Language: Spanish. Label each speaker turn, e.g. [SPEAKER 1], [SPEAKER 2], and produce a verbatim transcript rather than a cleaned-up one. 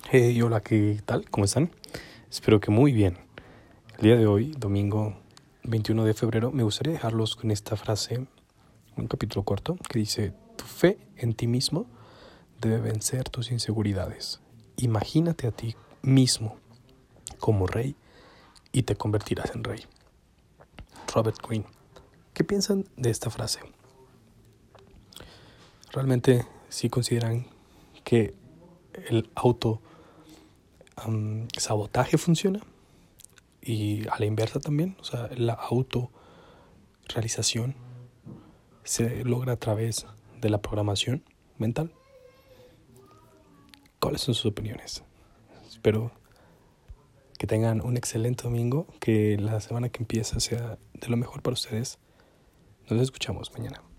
[SPEAKER 1] Hey, hola, ¿qué tal? ¿Cómo están? Espero que muy bien. El día de hoy, domingo veintiuno de febrero, me gustaría dejarlos con esta frase, un capítulo corto, que dice: tu fe en ti mismo debe vencer tus inseguridades. Imagínate a ti mismo como rey y te convertirás en rey. Robert Greene. ¿Qué piensan de esta frase? ¿Realmente sí consideran que el auto um, sabotaje funciona? Y a la inversa también, o sea, la autorrealización se logra a través de la programación mental. ¿Cuáles son sus opiniones? Espero que tengan un excelente domingo, que la semana que empieza sea de lo mejor para ustedes. Nos escuchamos mañana.